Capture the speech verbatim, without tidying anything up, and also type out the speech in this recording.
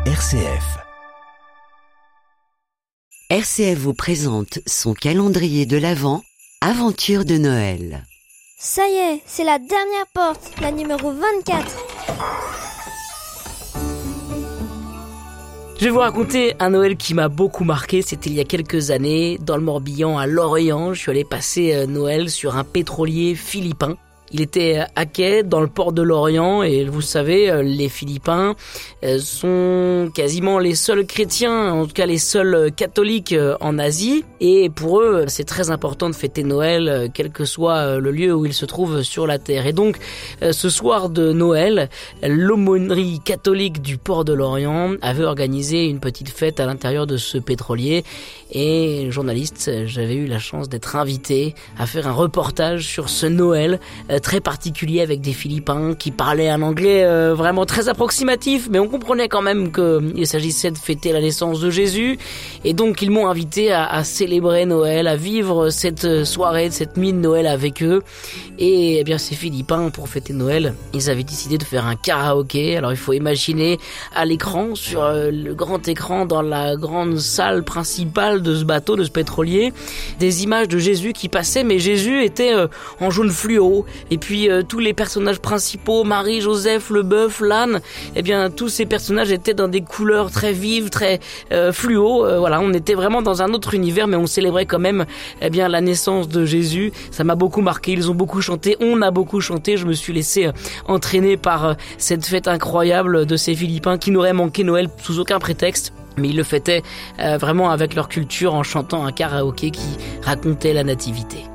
R C F. R C F vous présente son calendrier de l'Avent, Aventure de Noël. Ça y est, c'est la dernière porte, la numéro vingt-quatre. Je vais vous raconter un Noël qui m'a beaucoup marqué. C'était il y a quelques années, dans le Morbihan, à Lorient. Je suis allé passer Noël sur un pétrolier philippin. Il était à quai dans le port de Lorient et vous savez, les Philippins sont quasiment les seuls chrétiens, en tout cas les seuls catholiques en Asie. Et pour eux, c'est très important de fêter Noël, quel que soit le lieu où ils se trouvent sur la terre. Et donc, ce soir de Noël, l'aumônerie catholique du port de Lorient avait organisé une petite fête à l'intérieur de ce pétrolier. Et journaliste, j'avais eu la chance d'être invité à faire un reportage sur ce Noël très particulier avec des Philippins qui parlaient un anglais euh, vraiment très approximatif, mais on comprenait quand même qu'il s'agissait de fêter la naissance de Jésus. Et donc ils m'ont invité à, à célébrer Noël, à vivre cette soirée, cette nuit de Noël avec eux. Et eh bien ces Philippins, pour fêter Noël, ils avaient décidé de faire un karaoké. Alors il faut imaginer à l'écran, sur euh, le grand écran, dans la grande salle principale de ce bateau, de ce pétrolier, des images de Jésus qui passaient, mais Jésus était euh, en jaune fluo. Et puis euh, tous les personnages principaux, Marie, Joseph, le bœuf, l'âne, eh bien tous ces personnages étaient dans des couleurs très vives, très euh, fluo. Euh, voilà, on était vraiment dans un autre univers, mais on célébrait quand même eh bien la naissance de Jésus. Ça m'a beaucoup marqué. Ils ont beaucoup chanté, on a beaucoup chanté. Je me suis laissé euh, entraîner par euh, cette fête incroyable de ces Philippins qui n'auraient manqué Noël sous aucun prétexte. Mais ils le fêtaient euh, vraiment avec leur culture en chantant un karaoké qui racontait la nativité.